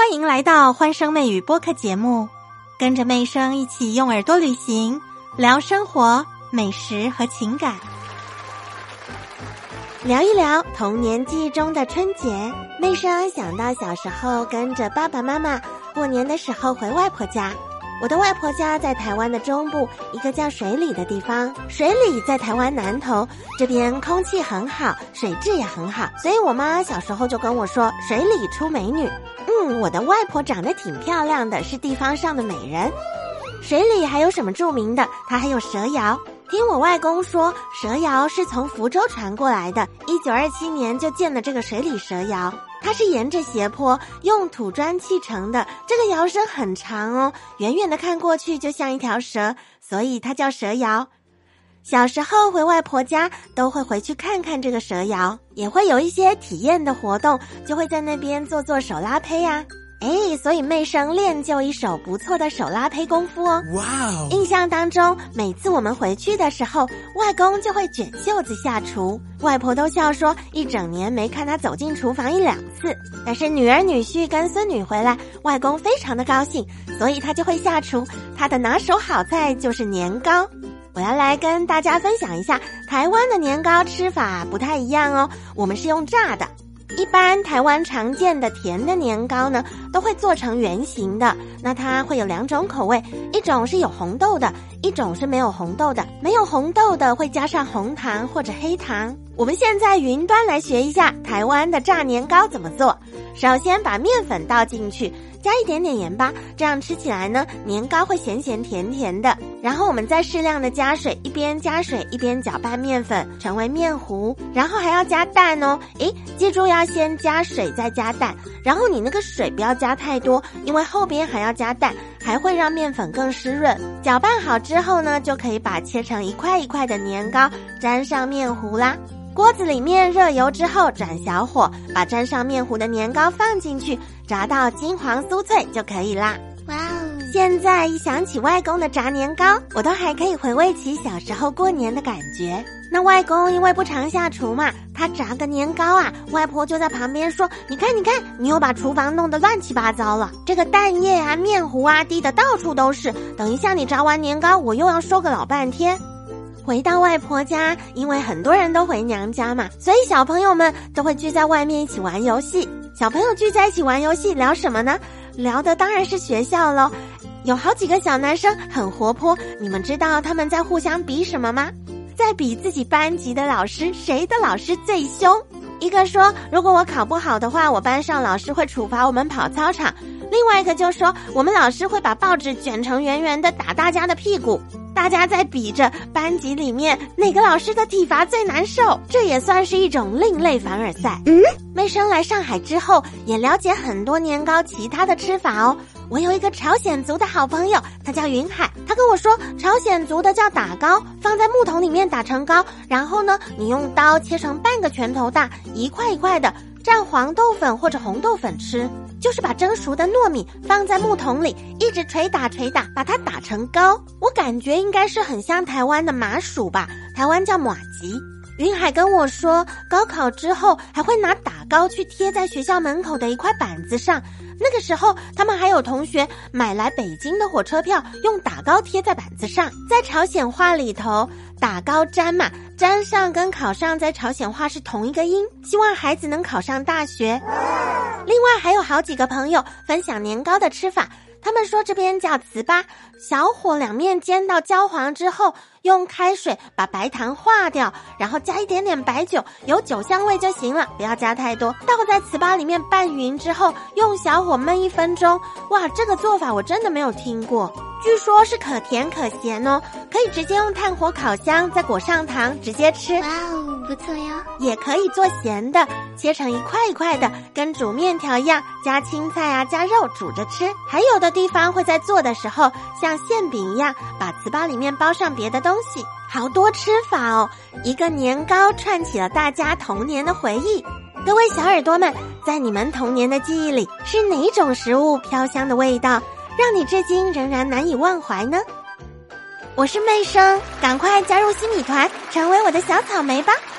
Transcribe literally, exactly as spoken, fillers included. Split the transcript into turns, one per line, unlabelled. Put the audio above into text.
欢迎来到欢声妹语播客节目，跟着妹声一起用耳朵旅行，聊生活、美食和情感，聊一聊童年记忆中的春节。妹声想到小时候跟着爸爸妈妈过年的时候回外婆家。我的外婆家在台湾的中部一个叫水里的地方，水里在台湾南投，这边空气很好，水质也很好，所以我妈小时候就跟我说水里出美女。嗯，我的外婆长得挺漂亮的，是地方上的美人。水里还有什么著名的？它还有蛇窑。听我外公说，蛇窑是从福州传过来的，一九二七年就建了这个水里蛇窑。它是沿着斜坡用土砖砌成的，这个窑身很长哦，远远的看过去就像一条蛇，所以它叫蛇窑。小时候回外婆家都会回去看看这个蛇窑，也会有一些体验的活动，就会在那边做做手拉胚啊。哎，所以妹声练就一手不错的手拉胚功夫哦。哇哦！印象当中，每次我们回去的时候，外公就会卷袖子下厨，外婆都笑说一整年没看他走进厨房一两次。但是女儿女婿跟孙女回来，外公非常的高兴，所以他就会下厨。他的拿手好菜就是年糕。我要来跟大家分享一下，台湾的年糕吃法不太一样哦，我们是用炸的。一般台湾常见的甜的年糕呢，都会做成圆形的，那它会有两种口味，一种是有红豆的，一种是没有红豆的。没有红豆的会加上红糖或者黑糖。我们现在云端来学一下台湾的炸年糕怎么做。首先把面粉倒进去，加一点点盐巴，这样吃起来呢，年糕会咸咸甜甜的。然后我们再适量的加水，一边加水一边搅拌面粉成为面糊，然后还要加蛋哦。诶，记住要先加水再加蛋，然后你那个水不要加太多，因为后边还要加蛋，还会让面粉更湿润。搅拌好之后呢，就可以把切成一块一块的年糕沾上面糊啦。锅子里面热油之后转小火，把沾上面糊的年糕放进去，炸到金黄酥脆就可以啦。哇哦！现在一想起外公的炸年糕，我都还可以回味起小时候过年的感觉。那外公因为不常下厨嘛，他炸个年糕啊，外婆就在旁边说，你看你看，你又把厨房弄得乱七八糟了，这个蛋液啊面糊啊滴得到处都是，等一下你炸完年糕我又要收个老半天。回到外婆家，因为很多人都回娘家嘛，所以小朋友们都会聚在外面一起玩游戏。小朋友聚在一起玩游戏聊什么呢？聊的当然是学校咯。有好几个小男生很活泼，你们知道他们在互相比什么吗？在比自己班级的老师谁的老师最凶。一个说，如果我考不好的话，我班上老师会处罚我们跑操场。另外一个就说，我们老师会把报纸卷成圆圆的打大家的屁股。大家在比着班级里面哪个老师的体罚最难受，这也算是一种另类凡尔赛。嗯，妹声来上海之后也了解很多年糕其他的吃法哦。我有一个朝鲜族的好朋友，他叫云海，他跟我说朝鲜族的叫打糕，放在木桶里面打成糕，然后呢你用刀切成半个拳头大，一块一块的蘸黄豆粉或者红豆粉吃，就是把蒸熟的糯米放在木桶里，一直捶打捶打，把它打成糕。我感觉应该是很像台湾的麻薯吧，台湾叫麻糬。云海跟我说，高考之后还会拿打糕去贴在学校门口的一块板子上，那个时候他们还有同学买来北京的火车票，用打糕贴在板子上。在朝鲜话里头，打糕沾嘛，沾上跟考上在朝鲜话是同一个音，希望孩子能考上大学。另外还有好几个朋友分享年糕的吃法，他们说这边叫糍粑，小火两面煎到焦黄之后，用开水把白糖化掉，然后加一点点白酒，有酒香味就行了，不要加太多。倒在糍粑里面拌匀之后，用小火焖一分钟。哇，这个做法我真的没有听过。据说是可甜可咸哦，可以直接用炭火烤香，再裹上糖直接吃。哇哦，不错哟。也可以做咸的，切成一块一块的，跟煮面条一样，加青菜啊加肉煮着吃。还有的地方会在做的时候像馅饼一样，把糍粑里面包上别的东西。好多吃法哦，一个年糕串起了大家童年的回忆。各位小耳朵们，在你们童年的记忆里，是哪种食物飘香的味道让你至今仍然难以忘怀呢？我是妹声，赶快加入新米团，成为我的小草莓吧。